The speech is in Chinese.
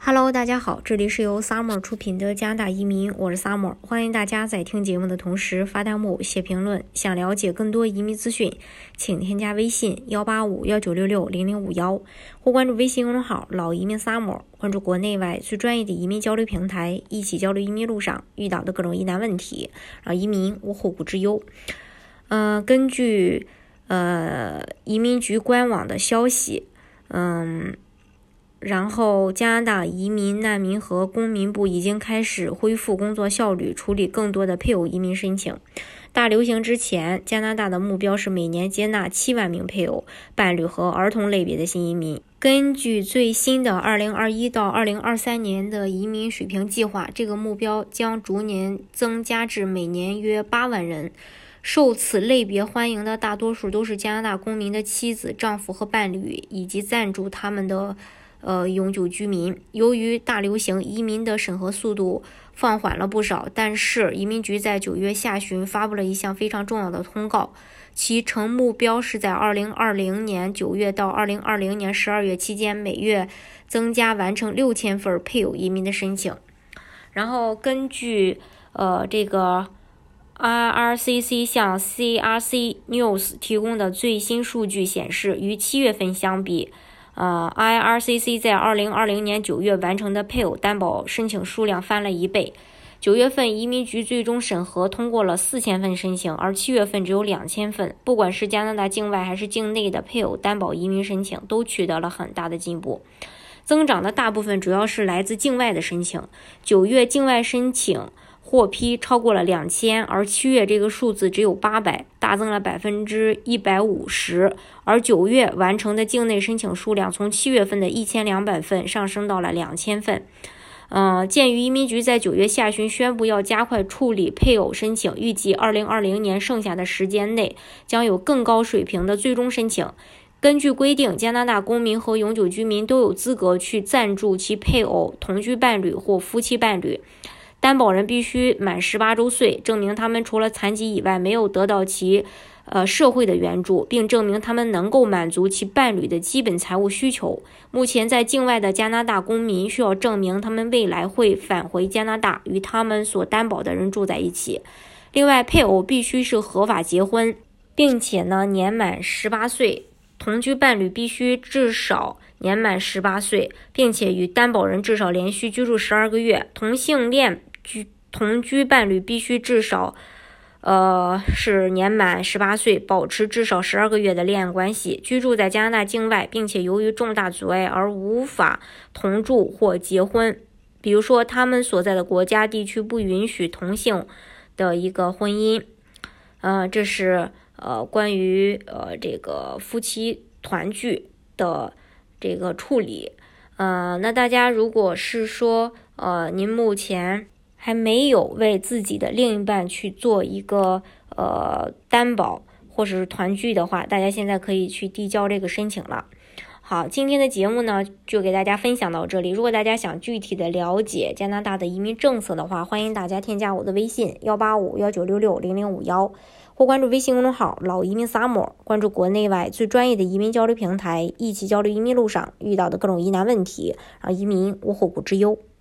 Hello， 大家好，这里是由 Summer 出品的加拿大移民，我是 Summer， 欢迎大家在听节目的同时发弹幕、写评论。想了解更多移民资讯，请添加微信18519660051，或关注微信公众号老移民 Summer， 关注国内外最专业的移民交流平台，一起交流移民路上遇到的各种疑难问题，让移民无后顾之忧。根据移民局官网的消息，然后加拿大移民、难民和公民部已经开始恢复工作效率，处理更多的配偶移民申请。大流行之前，加拿大的目标是每年接纳7万名配偶、伴侣和儿童类别的新移民。根据最新的2021到2023年的移民水平计划，这个目标将逐年增加至每年约8万人。受此类别欢迎的大多数都是加拿大公民的妻子、丈夫和伴侣，以及赞助他们的永久居民。由于大流行，移民的审核速度放缓了不少，但是移民局在9月下旬发布了一项非常重要的通告，其成目标是在2020年9月到2020年12月期间，每月增加完成6000份配偶移民的申请。然后根据这个IRCC 向 CRC News 提供的最新数据显示，与7月份相比，IRCC 在2020年9月完成的配偶担保申请数量翻了1倍。9月份移民局最终审核通过了4000份申请，而7月份只有2000份。不管是加拿大境外还是境内的配偶担保移民申请，都取得了很大的进步。增长的大部分主要是来自境外的申请。9月境外申请获批超过了2000，而7月这个数字只有800，大增了150%。而9月完成的境内申请数量从7月份的1200份上升到了2000份。鉴于移民局在9月下旬宣布要加快处理配偶申请，预计2020年剩下的时间内将有更高水平的最终申请。根据规定，加拿大公民和永久居民都有资格去赞助其配偶、同居伴侣或夫妻伴侣。担保人必须满18周岁，证明他们除了残疾以外没有得到其社会的援助，并证明他们能够满足其伴侣的基本财务需求。目前在境外的加拿大公民需要证明他们未来会返回加拿大，与他们所担保的人住在一起。另外，配偶必须是合法结婚，并且年满18岁。同居伴侣必须至少年满18岁，并且与担保人至少连续居住12个月。同性恋同居伴侣必须至少是年满18岁，保持至少12个月的恋爱关系，居住在加拿大境外，并且由于重大阻碍而无法同住或结婚，比如说他们所在的国家地区不允许同性的一个婚姻。这是关于这个夫妻团聚的这个处理。那大家如果是说您目前还没有为自己的另一半去做一个担保或者是团聚的话，大家现在可以去递交这个申请了。好，今天的节目呢就给大家分享到这里。如果大家想具体的了解加拿大的移民政策的话，欢迎大家添加我的微信18519660051，或关注微信公众号老移民 Summer， 关注国内外最专业的移民交流平台，一起交流移民路上遇到的各种疑难问题，让移民无后顾之忧。